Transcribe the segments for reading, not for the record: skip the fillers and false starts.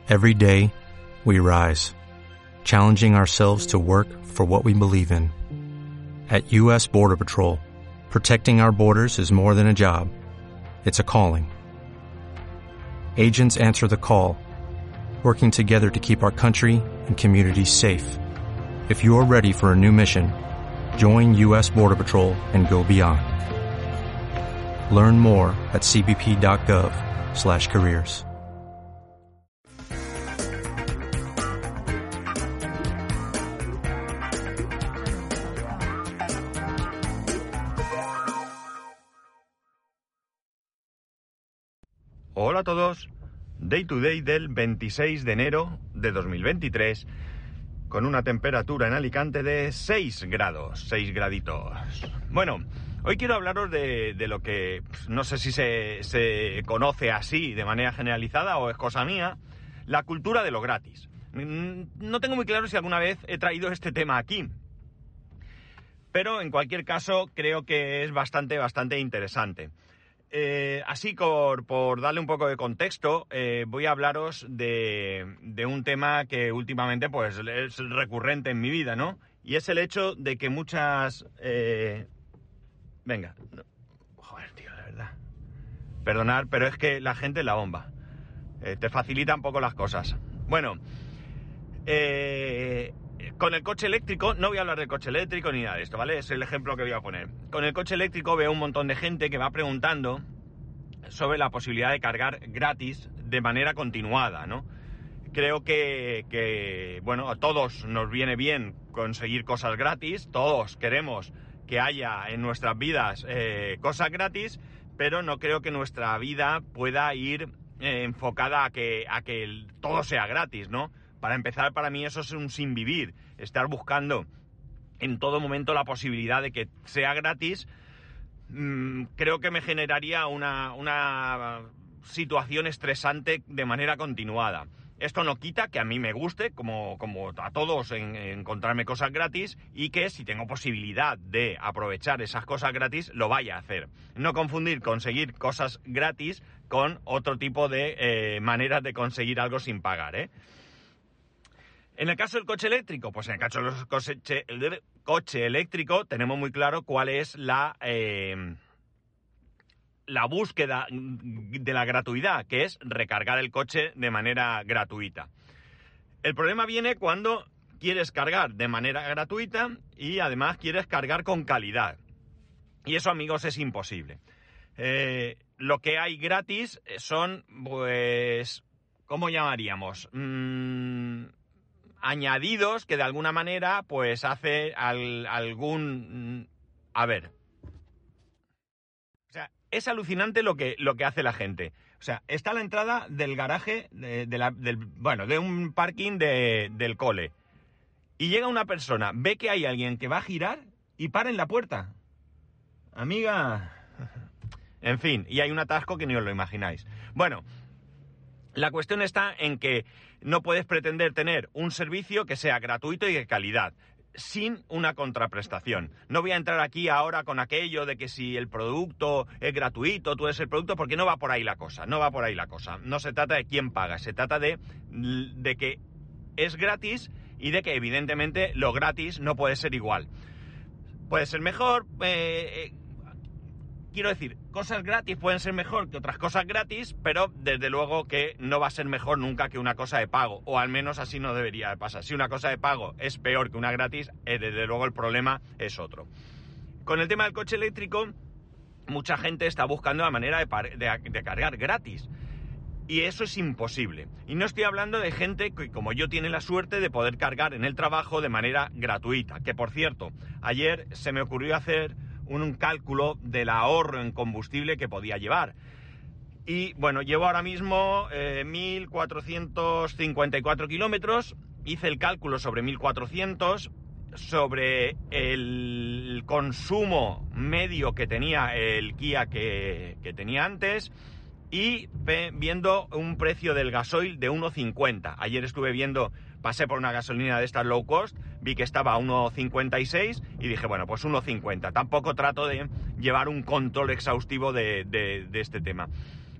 Every day, we rise, challenging ourselves to work for what we believe in. At U.S. Border Patrol, protecting our borders is more than a job. It's a calling. Agents answer the call, working together to keep our country and communities safe. If you're ready for a new mission, join U.S. Border Patrol and go beyond. Learn more at cbp.gov/careers. Hola a todos, Day to Day del 26 de enero de 2023, con una temperatura en Alicante de 6 grados, 6 graditos. Bueno, hoy quiero hablaros de lo que no sé si se conoce así de manera generalizada o es cosa mía, la cultura de lo gratis. No tengo muy claro si alguna vez he traído este tema aquí, pero en cualquier caso creo que es bastante interesante. Así por darle un poco de contexto, voy a hablaros de un tema que últimamente pues es recurrente en mi vida, ¿no? Y es el hecho de que muchas... Venga, no. Joder, tío, la verdad. Perdonad, pero es que la gente es la bomba. Te facilita un poco las cosas. Bueno, con el coche eléctrico, no voy a hablar del coche eléctrico ni nada de esto, ¿vale? Es el ejemplo que voy a poner. Con el coche eléctrico veo un montón de gente que va preguntando sobre la posibilidad de cargar gratis de manera continuada, ¿no? Creo que bueno, a todos nos viene bien conseguir cosas gratis, todos queremos que haya en nuestras vidas cosas gratis, pero no creo que nuestra vida pueda ir enfocada a que todo sea gratis, ¿no? Para empezar, para mí eso es un sinvivir, estar buscando en todo momento la posibilidad de que sea gratis. Creo que me generaría una situación estresante de manera continuada. Esto no quita que a mí me guste, como a todos, encontrarme cosas gratis, y que si tengo posibilidad de aprovechar esas cosas gratis, lo vaya a hacer. No confundir conseguir cosas gratis con otro tipo de maneras de conseguir algo sin pagar, ¿eh? En el caso del coche eléctrico, pues en el caso del coche eléctrico tenemos muy claro cuál es la búsqueda de la gratuidad, que es recargar el coche de manera gratuita. El problema viene cuando quieres cargar de manera gratuita y además quieres cargar con calidad. Y eso, amigos, es imposible. Lo que hay gratis son, pues, ¿cómo llamaríamos? Añadidos que de alguna manera pues hace algún... A ver. O sea, es alucinante lo que hace la gente. O sea, está a la entrada del garaje, de un parking del cole. Y llega una persona, ve que hay alguien que va a girar y para en la puerta. Amiga... En fin, y hay un atasco que ni os lo imagináis. Bueno, la cuestión está en que no puedes pretender tener un servicio que sea gratuito y de calidad, sin una contraprestación. No voy a entrar aquí ahora con aquello de que si el producto es gratuito, tú eres el producto, porque no va por ahí la cosa, no va por ahí la cosa. No se trata de quién paga, se trata de que es gratis y de que evidentemente lo gratis no puede ser igual. Puede ser mejor... Quiero decir, cosas gratis pueden ser mejor que otras cosas gratis, pero desde luego que no va a ser mejor nunca que una cosa de pago, o al menos así no debería de pasar. Si una cosa de pago es peor que una gratis, desde luego el problema es otro. Con el tema del coche eléctrico, mucha gente está buscando la manera de cargar gratis. Y eso es imposible. Y no estoy hablando de gente que, como yo, tiene la suerte de poder cargar en el trabajo de manera gratuita. Que, por cierto, ayer se me ocurrió hacer un cálculo del ahorro en combustible que podía llevar. Y bueno, llevo ahora mismo 1.454 kilómetros. Hice el cálculo sobre 1.400, sobre el consumo medio que tenía el Kia que tenía antes, y viendo un precio del gasoil de 1,50. Ayer estuve viendo... Pasé por una gasolina de estas low cost, vi que estaba a 1,56 y dije, bueno, pues 1,50. Tampoco trato de llevar un control exhaustivo de este tema.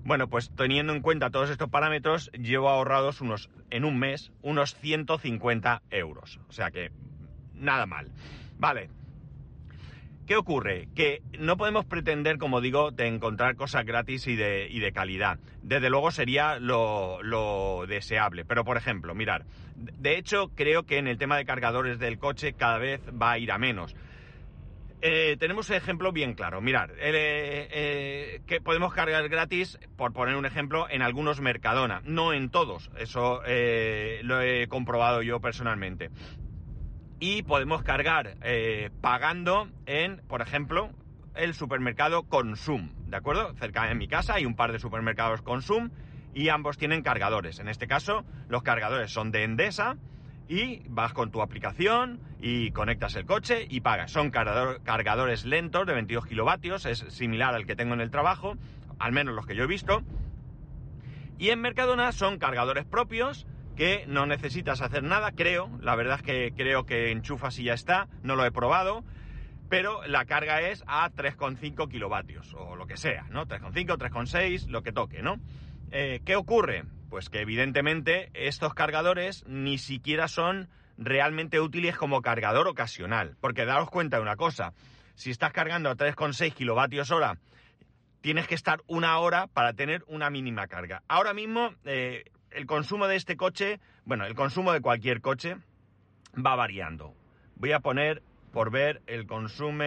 Bueno, pues teniendo en cuenta todos estos parámetros, llevo ahorrados en un mes unos 150 euros. O sea que nada mal. Vale. ¿Qué ocurre? Que no podemos pretender, como digo, de encontrar cosas gratis y de calidad. Desde luego sería lo deseable. Pero, por ejemplo, mirar, de hecho, creo que en el tema de cargadores del coche cada vez va a ir a menos. Tenemos un ejemplo bien claro. Mirad, que podemos cargar gratis, por poner un ejemplo, en algunos Mercadona. No en todos. Eso lo he comprobado yo personalmente. Y podemos cargar pagando en, por ejemplo, el supermercado Consum, ¿de acuerdo? Cerca de mi casa hay un par de supermercados Consum y ambos tienen cargadores. En este caso, los cargadores son de Endesa y vas con tu aplicación y conectas el coche y pagas. Son cargadores lentos de 22 kilovatios, es similar al que tengo en el trabajo, al menos los que yo he visto. Y en Mercadona son cargadores propios, que no necesitas hacer nada, creo. La verdad es que creo que enchufas y ya está, no lo he probado, pero la carga es a 3,5 kilovatios, o lo que sea, ¿no? 3,5, 3,6, lo que toque, ¿no? ¿Qué ocurre? Pues que evidentemente estos cargadores ni siquiera son realmente útiles como cargador ocasional, porque daos cuenta de una cosa, si estás cargando a 3,6 kilovatios hora, tienes que estar una hora para tener una mínima carga. Ahora mismo, el consumo de este coche, bueno, el consumo de cualquier coche va variando. Voy a poner, por ver, el consumo...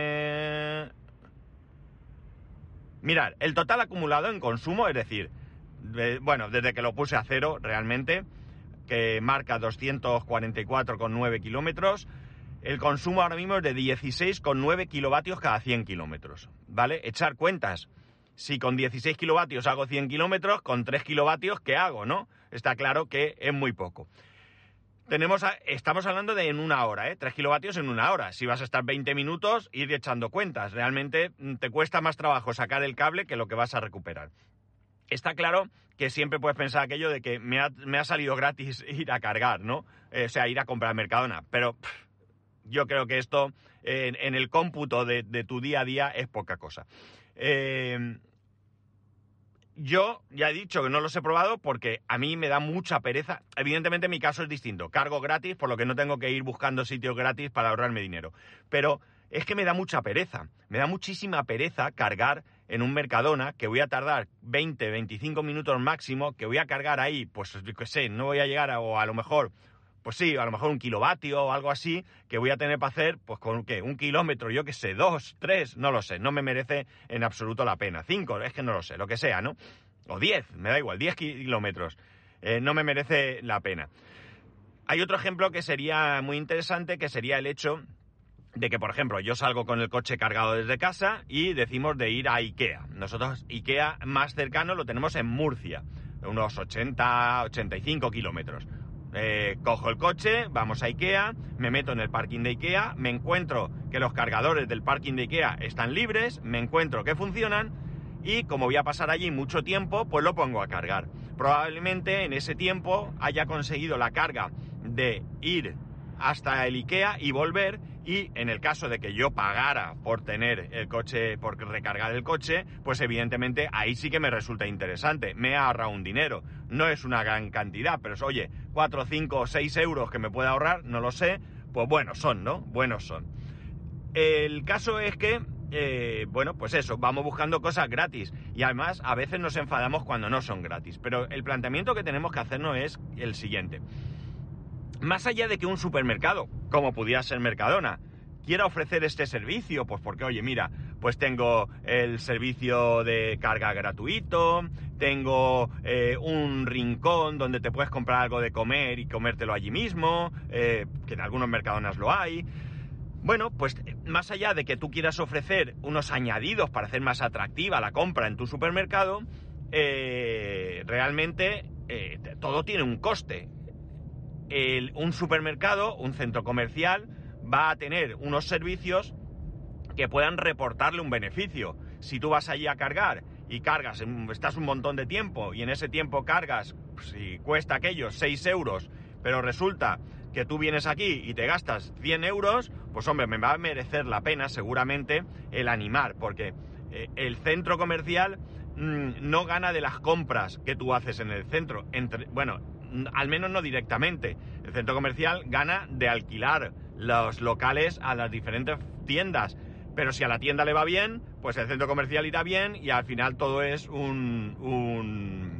Mirad, el total acumulado en consumo, es decir, bueno, desde que lo puse a cero realmente, que marca 244,9 kilómetros, el consumo ahora mismo es de 16,9 kilovatios cada 100 kilómetros, ¿vale? Echar cuentas. Si con 16 kilovatios hago 100 kilómetros, con 3 kilovatios, ¿qué hago, no? Está claro que es muy poco. Estamos hablando de en una hora, 3 kilovatios en una hora. Si vas a estar 20 minutos, ir echando cuentas. Realmente te cuesta más trabajo sacar el cable que lo que vas a recuperar. Está claro que siempre puedes pensar aquello de que me ha salido gratis ir a cargar, ¿no? O sea, ir a comprar Mercadona. Pero yo creo que esto, en el cómputo de tu día a día, es poca cosa. Yo ya he dicho que no los he probado porque a mí me da mucha pereza. Evidentemente mi caso es distinto. Cargo gratis, por lo que no tengo que ir buscando sitios gratis para ahorrarme dinero. Pero es que me da mucha pereza. Me da muchísima pereza cargar en un Mercadona, que voy a tardar 20, 25 minutos máximo, que voy a cargar ahí, pues yo qué sé, no voy a llegar o a lo mejor... Pues sí, a lo mejor 1 kilovatio o algo así, que voy a tener para hacer, pues con ¿qué? 1 kilómetro, yo qué sé, 2, 3, no lo sé, no me merece en absoluto la pena. 5, es que no lo sé, lo que sea, ¿no? O 10, me da igual, 10 kilómetros, no me merece la pena. Hay otro ejemplo que sería muy interesante, que sería el hecho de que, por ejemplo, yo salgo con el coche cargado desde casa y decimos de ir a Ikea. Nosotros Ikea más cercano lo tenemos en Murcia, unos 80, 85 kilómetros. Cojo el coche, vamos a Ikea, me meto en el parking de Ikea, me encuentro que los cargadores del parking de Ikea están libres, me encuentro que funcionan y como voy a pasar allí mucho tiempo, pues lo pongo a cargar. Probablemente en ese tiempo haya conseguido la carga de ir hasta el Ikea y volver, y en el caso de que yo pagara por tener el coche, por recargar el coche, pues evidentemente ahí sí que me resulta interesante. Me he ahorrado un dinero. No es una gran cantidad, pero oye, 4, 5 o 6 euros que me pueda ahorrar, no lo sé, pues buenos son, ¿no? Buenos son. El caso es que, bueno, pues eso, vamos buscando cosas gratis y además a veces nos enfadamos cuando no son gratis. Pero el planteamiento que tenemos que hacernos es el siguiente. Más allá de que un supermercado, como pudiera ser Mercadona, quiera ofrecer este servicio, pues porque, oye, mira, pues tengo el servicio de carga gratuito, tengo un rincón donde te puedes comprar algo de comer y comértelo allí mismo, que en algunos Mercadonas lo hay. Bueno, pues más allá de que tú quieras ofrecer unos añadidos para hacer más atractiva la compra en tu supermercado, realmente todo tiene un coste. Un supermercado, un centro comercial, va a tener unos servicios que puedan reportarle un beneficio. Si tú vas allí a cargar y cargas, estás un montón de tiempo y en ese tiempo cargas, si cuesta aquello 6 euros, pero resulta que tú vienes aquí y te gastas 100 euros, pues hombre, me va a merecer la pena seguramente el animar, porque el centro comercial no gana de las compras que tú haces en el centro. Bueno, al menos no directamente. El centro comercial gana de alquilar los locales a las diferentes tiendas. Pero si a la tienda le va bien, pues el centro comercial irá bien y al final todo es un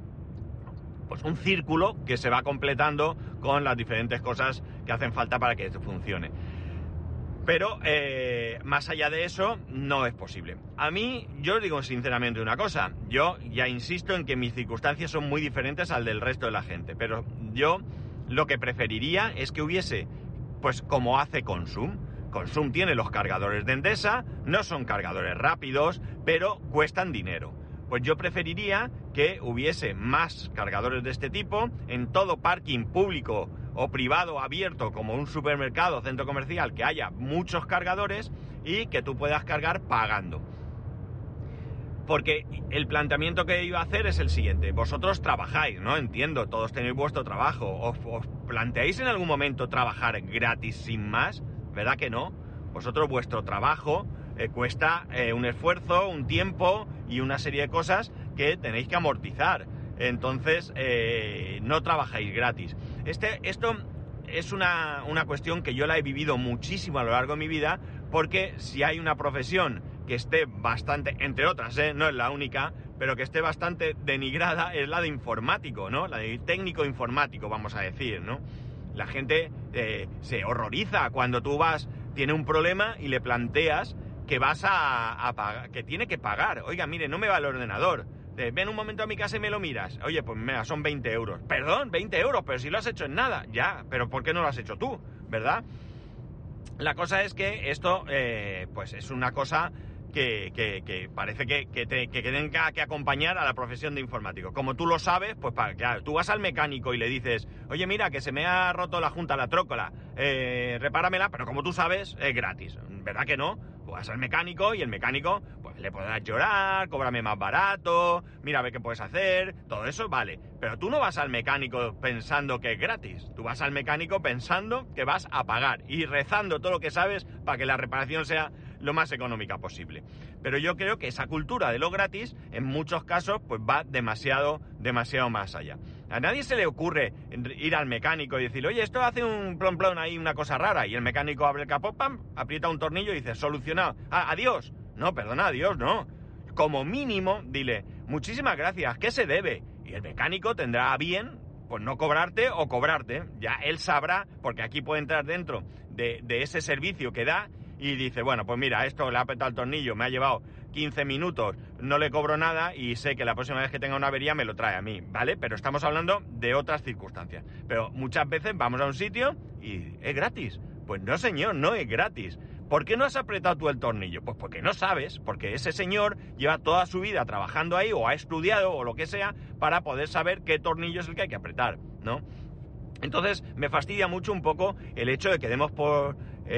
círculo que se va completando con las diferentes cosas que hacen falta para que esto funcione. Pero más allá de eso, no es posible. A mí, yo os digo sinceramente una cosa. Yo ya insisto en que mis circunstancias son muy diferentes al del resto de la gente. Pero yo lo que preferiría es que hubiese, pues como hace Consum. Consum tiene los cargadores de Endesa, no son cargadores rápidos, pero cuestan dinero. Pues yo preferiría que hubiese más cargadores de este tipo en todo parking público o privado abierto, como un supermercado o centro comercial, que haya muchos cargadores y que tú puedas cargar pagando. Porque el planteamiento que iba a hacer es el siguiente. Vosotros trabajáis, ¿no? Entiendo, todos tenéis vuestro trabajo. ¿Os planteáis en algún momento trabajar gratis sin más? ¿Verdad que no? Vosotros vuestro trabajo cuesta un esfuerzo, un tiempo y una serie de cosas que tenéis que amortizar. Entonces, no trabajáis gratis. Esto es una cuestión que yo la he vivido muchísimo a lo largo de mi vida, porque si hay una profesión que esté bastante, entre otras, no es la única, pero que esté bastante denigrada, es la de informático, ¿no? La de técnico informático, vamos a decir, ¿no? La gente se horroriza cuando tú tiene un problema y le planteas que vas a pagar, que tiene que pagar. Oiga, mire, no me va el ordenador. Ven un momento a mi casa y me lo miras. Oye, pues mira, son 20 euros. Perdón, 20 euros, pero si lo has hecho en nada. Ya, pero ¿por qué no lo has hecho tú? ¿Verdad? La cosa es que esto, pues es una cosa que parece que tenga que acompañar a la profesión de informático. Como tú lo sabes, pues claro, tú vas al mecánico y le dices, oye, mira, que se me ha roto la junta, la trócola, repáramela, pero como tú sabes, es gratis. ¿Verdad que no? Pues vas al mecánico y el mecánico, pues le podrás llorar, cóbrame más barato, mira a ver qué puedes hacer, todo eso vale. Pero tú no vas al mecánico pensando que es gratis, tú vas al mecánico pensando que vas a pagar y rezando todo lo que sabes para que la reparación sea lo más económica posible. Pero yo creo que esa cultura de lo gratis, en muchos casos, pues va demasiado más allá. A nadie se le ocurre ir al mecánico y decir, oye, esto hace un plon ahí, una cosa rara, y el mecánico abre el capó, pam, aprieta un tornillo y dice, solucionado. Ah, adiós. No, perdona, adiós, no. Como mínimo, dile, muchísimas gracias, ¿qué se debe? Y el mecánico tendrá a bien, pues no cobrarte o cobrarte. Ya él sabrá, porque aquí puede entrar dentro de ese servicio que da, y dice, bueno, pues mira, esto le ha apretado el tornillo, me ha llevado 15 minutos, no le cobro nada y sé que la próxima vez que tenga una avería me lo trae a mí, ¿vale? Pero estamos hablando de otras circunstancias. Pero muchas veces vamos a un sitio y es gratis. Pues no, señor, no es gratis. ¿Por qué no has apretado tú el tornillo? Pues porque no sabes, porque ese señor lleva toda su vida trabajando ahí o ha estudiado o lo que sea para poder saber qué tornillo es el que hay que apretar, ¿no? Entonces me fastidia mucho un poco el hecho de que demos por...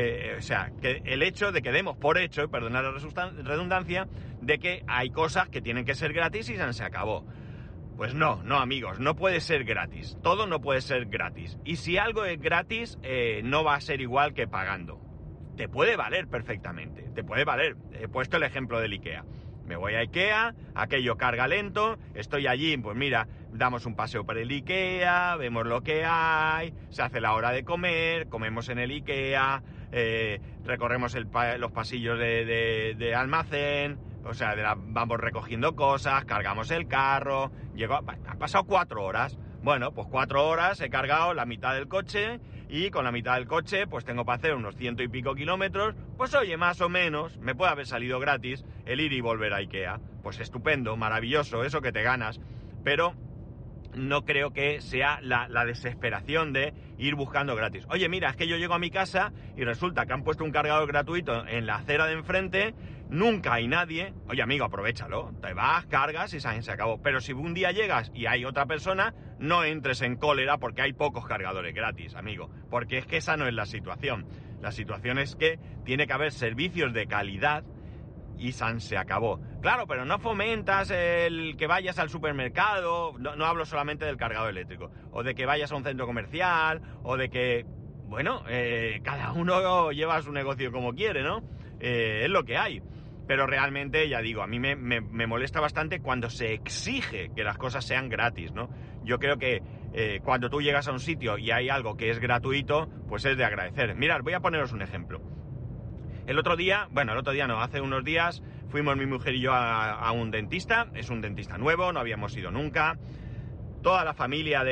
el hecho de que demos por hecho, perdonad la redundancia, de que hay cosas que tienen que ser gratis y se acabó. Pues no, amigos, no puede ser gratis. Todo no puede ser gratis. Y si algo es gratis, no va a ser igual que pagando. Te puede valer perfectamente, te puede valer. He puesto el ejemplo del IKEA. Me voy a IKEA, aquello carga lento, estoy allí, pues mira, damos un paseo por el IKEA, vemos lo que hay, se hace la hora de comer, comemos en el IKEA, recorremos los pasillos de almacén, o sea, vamos recogiendo cosas, cargamos el carro, han pasado 4 horas. Bueno, pues 4 horas he cargado la mitad del coche y con la mitad del coche pues tengo para hacer unos 100 y pico kilómetros, pues oye, más o menos, me puede haber salido gratis el ir y volver a IKEA. Pues estupendo, maravilloso, eso que te ganas, pero no creo que sea la desesperación de ir buscando gratis. Oye, mira, es que yo llego a mi casa y resulta que han puesto un cargador gratuito en la acera de enfrente, nunca hay nadie. Oye, amigo, aprovéchalo, te vas, cargas y se acabó. Pero si un día llegas y hay otra persona, no entres en cólera porque hay pocos cargadores gratis, amigo, porque es que esa no es la situación. La situación es que tiene que haber servicios de calidad y se acabó. Claro, pero no fomentas el que vayas al supermercado, no hablo solamente del cargador eléctrico, o de que vayas a un centro comercial, o de que, bueno, cada uno lleva su negocio como quiere, ¿no? Es lo que hay. pero realmente, ya digo, a mí me molesta bastante cuando se exige que las cosas sean gratis, ¿no? Yo creo que cuando tú llegas a un sitio y hay algo que es gratuito, pues es de agradecer. Mirad, voy a poneros un ejemplo. Hace unos días fuimos mi mujer y yo a un dentista. Es un dentista nuevo, no habíamos ido nunca. Toda la familia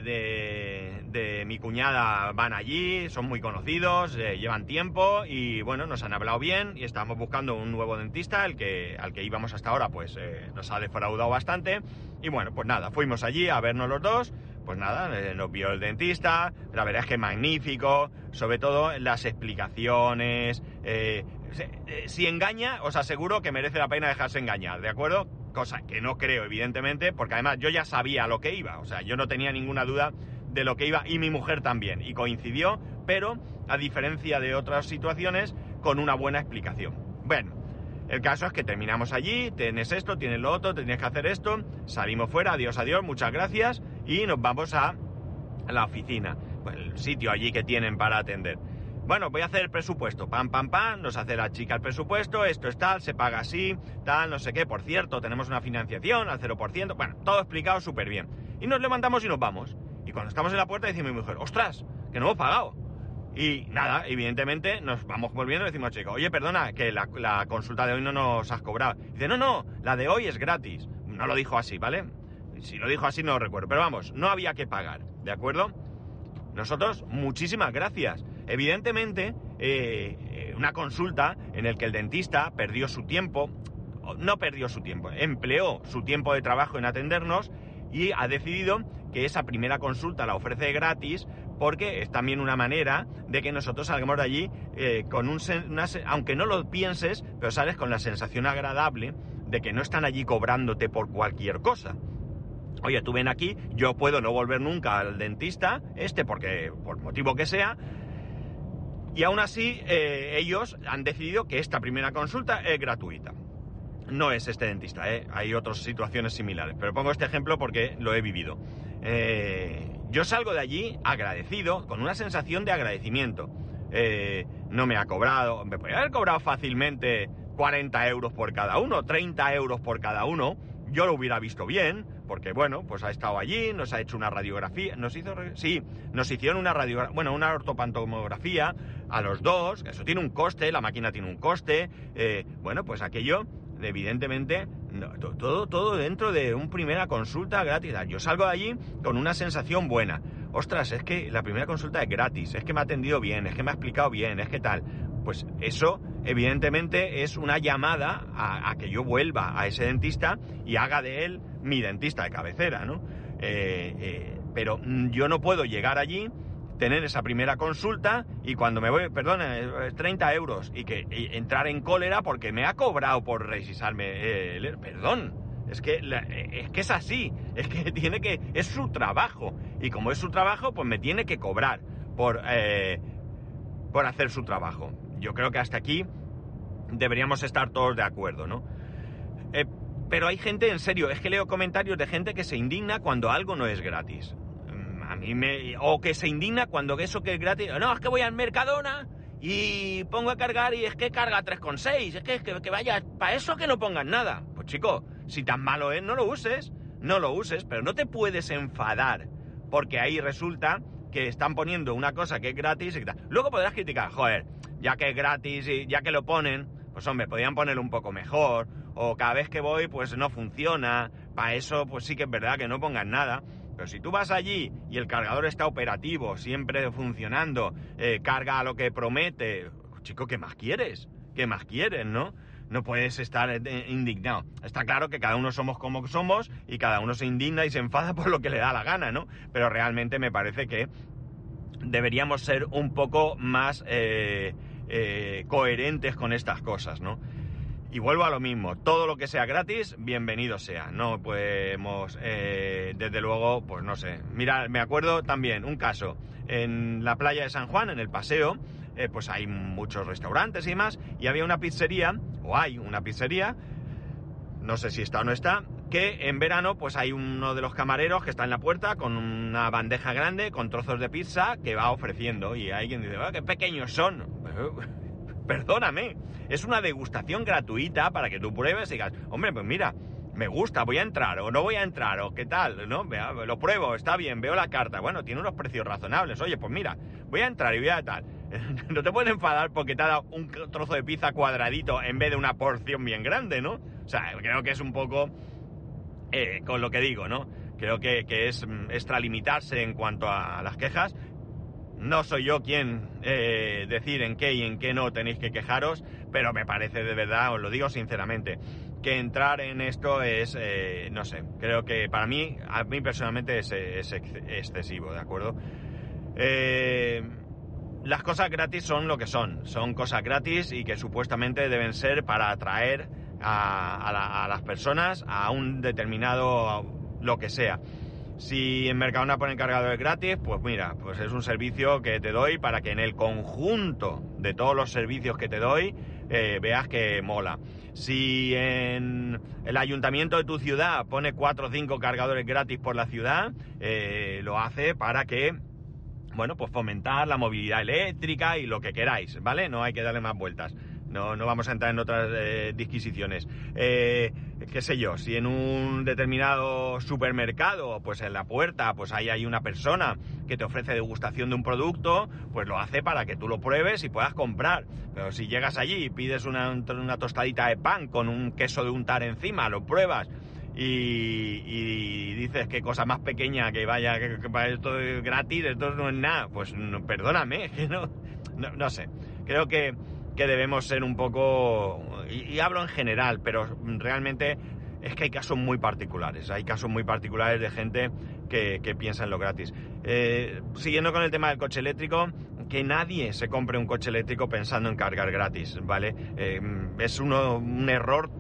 de mi cuñada van allí, son muy conocidos, llevan tiempo y bueno, nos han hablado bien y estamos buscando un nuevo dentista. Al que íbamos hasta ahora pues nos ha defraudado bastante y bueno, pues nada, fuimos allí a vernos los dos. Pues nada, nos vio el dentista, la verdad es que magnífico, sobre todo las explicaciones. Si engaña, os aseguro que merece la pena dejarse engañar, ¿de acuerdo? Cosa que no creo, evidentemente, porque además yo ya sabía lo que iba, o sea, yo no tenía ninguna duda de lo que iba y mi mujer también, y coincidió, pero a diferencia de otras situaciones, con una buena explicación. Bueno, el caso es que terminamos allí, tienes esto, tienes lo otro, tienes que hacer esto, salimos fuera, adiós, muchas gracias, y nos vamos a la oficina, pues el sitio allí que tienen para atender. Bueno, voy a hacer el presupuesto, pam, nos hace la chica el presupuesto, esto es tal, se paga así, tal, no sé qué, por cierto, tenemos una financiación al 0%, bueno, todo explicado súper bien. Y nos levantamos y nos vamos. Y cuando estamos en la puerta dice mi mujer, ¡ostras, que no hemos pagado! Y nada, evidentemente nos vamos volviendo y decimos al chico, oye, perdona, que la consulta de hoy no nos has cobrado. Dice, no, la de hoy es gratis. No lo dijo así, ¿vale? Si lo dijo así no lo recuerdo, pero vamos, no había que pagar, ¿de acuerdo? Nosotros, muchísimas gracias. Evidentemente, una consulta en el que el dentista perdió su tiempo, no perdió su tiempo, empleó su tiempo de trabajo en atendernos y ha decidido que esa primera consulta la ofrece gratis porque es también una manera de que nosotros salgamos de allí con aunque no lo pienses, pero sales con la sensación agradable de que no están allí cobrándote por cualquier cosa. Oye, tú ven aquí, yo puedo no volver nunca al dentista, porque por motivo que sea, y aún así ellos han decidido que esta primera consulta es gratuita. No es este dentista, hay otras situaciones similares, pero pongo este ejemplo porque lo he vivido. Yo salgo de allí agradecido, con una sensación de agradecimiento. No me ha cobrado, me podría haber cobrado fácilmente 40 euros por cada uno, 30 euros por cada uno, yo lo hubiera visto bien, porque bueno, pues ha estado allí, nos ha hecho una radiografía, nos hicieron una radiografía, bueno, una ortopantomografía a los dos, eso tiene un coste, la máquina tiene un coste, bueno, pues aquello, evidentemente, todo dentro de una primera consulta gratis. Yo salgo de allí con una sensación buena. Ostras, es que la primera consulta es gratis, es que me ha atendido bien, es que me ha explicado bien, es que tal. Pues eso, evidentemente, es una llamada a que yo vuelva a ese dentista y haga de él mi dentista de cabecera, ¿no? Pero yo no puedo llegar allí, tener esa primera consulta y cuando me voy, perdona, 30 euros y entrar en cólera porque me ha cobrado por revisarme perdón. Es que es así, es que es su trabajo y como es su trabajo, pues me tiene que cobrar por hacer su trabajo. Yo creo que hasta aquí deberíamos estar todos de acuerdo, ¿no? Pero hay gente, en serio, es que leo comentarios de gente que se indigna cuando algo no es gratis. O que se indigna cuando eso que es gratis, no, es que voy al Mercadona y pongo a cargar y es que carga 3,6, es que vaya, para eso que no pongan nada. Pues chico, si tan malo es, no lo uses, pero no te puedes enfadar porque ahí resulta que están poniendo una cosa que es gratis y tal. Luego podrás criticar, joder, ya que es gratis y ya que lo ponen, pues hombre, podrían ponerlo un poco mejor, o cada vez que voy pues no funciona, para eso pues sí que es verdad que no pongan nada. Pero si tú vas allí y el cargador está operativo, siempre funcionando, carga a lo que promete, chico, ¿qué más quieres? ¿Qué más quieres, no? No puedes estar indignado. Está claro que cada uno somos como somos y cada uno se indigna y se enfada por lo que le da la gana, ¿no? Pero realmente me parece que deberíamos ser un poco más coherentes con estas cosas, ¿no? Y vuelvo a lo mismo, todo lo que sea gratis, bienvenido sea. No podemos, desde luego, pues no sé. Mira, me acuerdo también un caso en la playa de San Juan, en el paseo, pues hay muchos restaurantes y demás, y había una pizzería, o hay una pizzería, no sé si está o no está, que en verano pues hay uno de los camareros que está en la puerta con una bandeja grande con trozos de pizza que va ofreciendo, y hay quien dice, qué pequeños son. perdóname, es una degustación gratuita para que tú pruebes y digas, hombre, pues mira, me gusta, voy a entrar o no voy a entrar o qué tal, ¿no? Lo pruebo, está bien, veo la carta, bueno, tiene unos precios razonables, oye, pues mira, voy a entrar y voy a tal. No te puedes enfadar porque te ha dado un trozo de pizza cuadradito en vez de una porción bien grande, ¿no? O sea, creo que es un poco con lo que digo, ¿no? Creo que es extralimitarse en cuanto a las quejas. No soy yo quien decir en qué y en qué no tenéis que quejaros, pero me parece de verdad, os lo digo sinceramente, que entrar en esto es, no sé, creo que para mí, a mí personalmente es excesivo, ¿de acuerdo? Las cosas gratis son lo que son cosas gratis y que supuestamente deben ser para atraer a las personas a un determinado lo que sea. Si en Mercadona ponen cargadores gratis, pues mira, pues es un servicio que te doy para que en el conjunto de todos los servicios que te doy veas que mola. Si en el ayuntamiento de tu ciudad pone 4 o 5 cargadores gratis por la ciudad, lo hace para que, bueno, pues fomentar la movilidad eléctrica y lo que queráis, ¿vale? No hay que darle más vueltas. No vamos a entrar en otras disquisiciones. Qué sé yo, si en un determinado supermercado, pues en la puerta, pues ahí hay una persona que te ofrece degustación de un producto, pues lo hace para que tú lo pruebes y puedas comprar. Pero si llegas allí y pides una tostadita de pan con un queso de untar encima, lo pruebas y dices qué cosa más pequeña que vaya, que para esto es gratis, esto no es nada, pues no, perdóname, que no sé. Creo que debemos ser un poco, y hablo en general, pero realmente es que hay casos muy particulares, de gente que piensa en lo gratis. Siguiendo con el tema del coche eléctrico, que nadie se compre un coche eléctrico pensando en cargar gratis, ¿vale? Es un error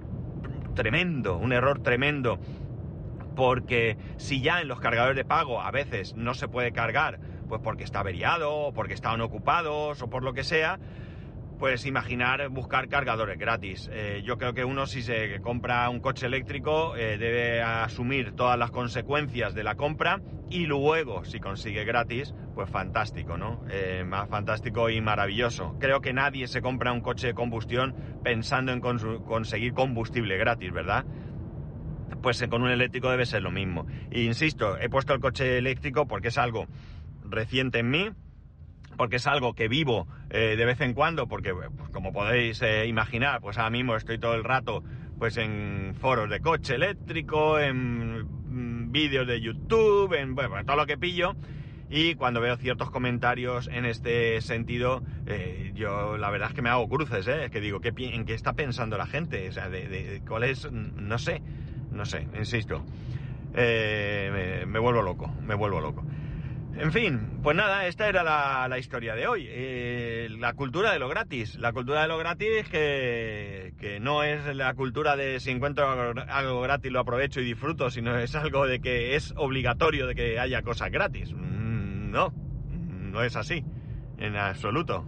tremendo, porque si ya en los cargadores de pago a veces no se puede cargar, pues porque está averiado, o porque estaban ocupados, o por lo que sea, pues imaginar buscar cargadores gratis. Yo creo que uno, si se compra un coche eléctrico, debe asumir todas las consecuencias de la compra y luego, si consigue gratis, pues fantástico, ¿no? Más fantástico y maravilloso. Creo que nadie se compra un coche de combustión pensando en conseguir combustible gratis, ¿verdad? Pues con un eléctrico debe ser lo mismo. E insisto, he puesto el coche eléctrico porque es algo reciente en mí, porque es algo que vivo de vez en cuando, porque pues, como podéis imaginar, pues ahora mismo estoy todo el rato pues en foros de coche eléctrico, en vídeos de YouTube, en bueno, todo lo que pillo, y cuando veo ciertos comentarios en este sentido, yo la verdad es que me hago cruces, es que digo, ¿en qué está pensando la gente? O sea, ¿cuál es? No sé, insisto, me vuelvo loco. En fin, pues nada, esta era la historia de hoy. La cultura de lo gratis. La cultura de lo gratis que no es la cultura de si encuentro algo gratis lo aprovecho y disfruto, sino es algo de que es obligatorio de que haya cosas gratis. No es así, en absoluto.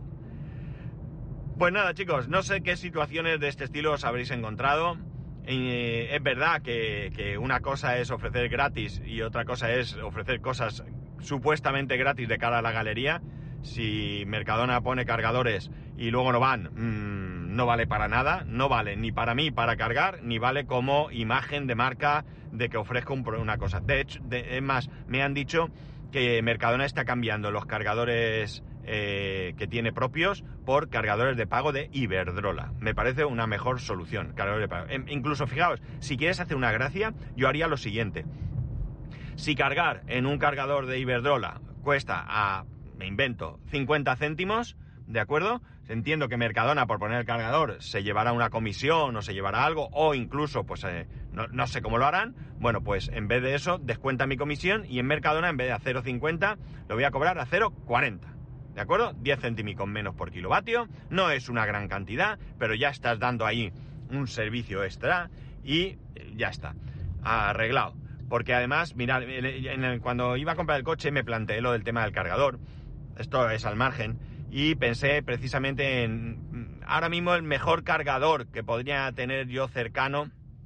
Pues nada, chicos, no sé qué situaciones de este estilo os habréis encontrado. Es verdad que una cosa es ofrecer gratis y otra cosa es ofrecer cosas supuestamente gratis de cara a la galería. Si Mercadona pone cargadores y luego no van, no vale para nada, no vale ni para mí para cargar, ni vale como imagen de marca de que ofrezco una cosa. De hecho, es más, me han dicho que Mercadona está cambiando los cargadores que tiene propios por cargadores de pago de Iberdrola. Me parece una mejor solución, cargadores de pago. Incluso, fijaos, si quieres hacer una gracia, yo haría lo siguiente. Si cargar en un cargador de Iberdrola cuesta, me invento, 50 céntimos, ¿de acuerdo? Entiendo que Mercadona, por poner el cargador, se llevará una comisión o se llevará algo, o incluso, pues no sé cómo lo harán. Bueno, pues en vez de eso, descuenta mi comisión y en Mercadona, en vez de a 0,50, lo voy a cobrar a 0,40. ¿De acuerdo? 10 céntimos menos por kilovatio. No es una gran cantidad, pero ya estás dando ahí un servicio extra y ya está. Arreglado. Porque además, mirad, cuando iba a comprar el coche me planteé lo del tema del cargador. Esto es al margen. Y pensé precisamente en... Ahora mismo el mejor cargador que podría tener yo cercano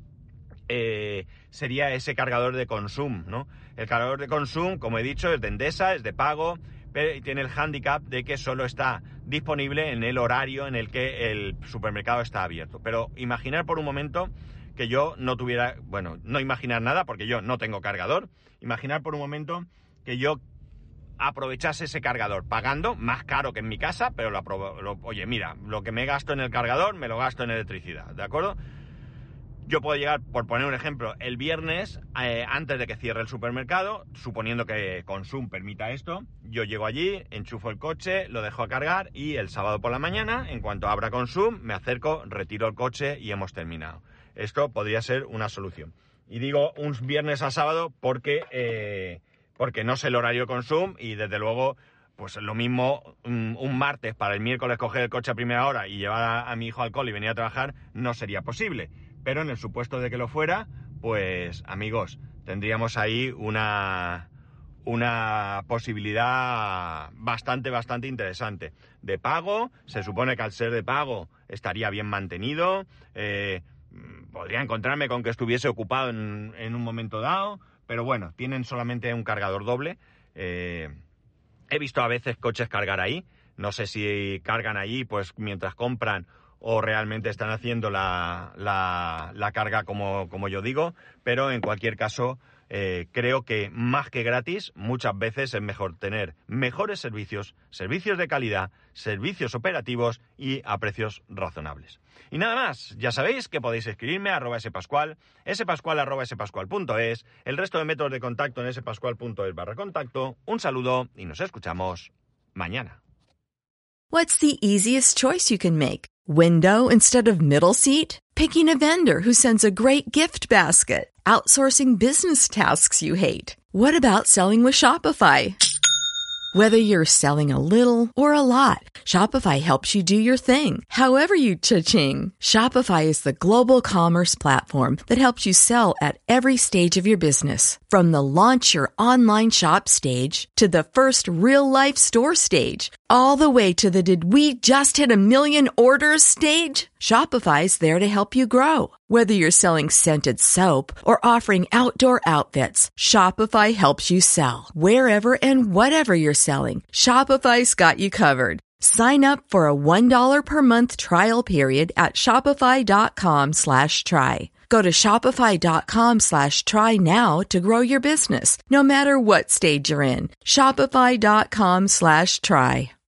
sería ese cargador de Consum, ¿no? El cargador de Consum, como he dicho, es de Endesa, es de pago, pero tiene el hándicap de que solo está disponible en el horario en el que el supermercado está abierto. Pero imaginar por un momento que yo no tuviera, bueno, no imaginar nada porque yo no tengo cargador, imaginar por un momento que yo aprovechase ese cargador pagando más caro que en mi casa, pero oye, mira, lo que me gasto en el cargador me lo gasto en electricidad, ¿de acuerdo? Yo puedo llegar, por poner un ejemplo, el viernes, antes de que cierre el supermercado, suponiendo que Consum permita esto, yo llego allí, enchufo el coche, lo dejo a cargar y el sábado por la mañana, en cuanto abra Consum, me acerco, retiro el coche y hemos terminado. Esto podría ser una solución. Y digo un viernes a sábado porque no sé el horario de Consum y desde luego, pues lo mismo un martes para el miércoles coger el coche a primera hora y llevar a mi hijo al cole y venir a trabajar no sería posible. Pero en el supuesto de que lo fuera, pues amigos, tendríamos ahí una posibilidad bastante interesante. De pago, se supone que al ser de pago estaría bien mantenido, podría encontrarme con que estuviese ocupado en un momento dado, pero bueno, tienen solamente un cargador doble. He visto a veces coches cargar ahí, no sé si cargan allí pues mientras compran o realmente están haciendo la carga como yo digo, pero en cualquier caso creo que más que gratis muchas veces es mejor tener mejores servicios de calidad, servicios operativos y a precios razonables. Y nada más, ya sabéis que podéis escribirme a @spascual, spascual@spascual.es, el resto de métodos de contacto en spascual.es/contacto. Un saludo y nos escuchamos mañana. What's the easiest choice you can make? Window instead of middle seat? Picking a vendor who sends a great gift basket? Outsourcing business tasks you hate? What about selling with Shopify? Whether you're selling a little or a lot, Shopify helps you do your thing, however you cha-ching. Shopify is the global commerce platform that helps you sell at every stage of your business. From the launch your online shop stage to the first real-life store stage, all the way to the did we just hit a million orders stage. Shopify's there to help you grow. Whether you're selling scented soap or offering outdoor outfits, Shopify helps you sell. Wherever and whatever you're selling, Shopify's got you covered. Sign up for a $1 per month trial period at shopify.com/try. Go to shopify.com/try now to grow your business, no matter what stage you're in. Shopify.com/try.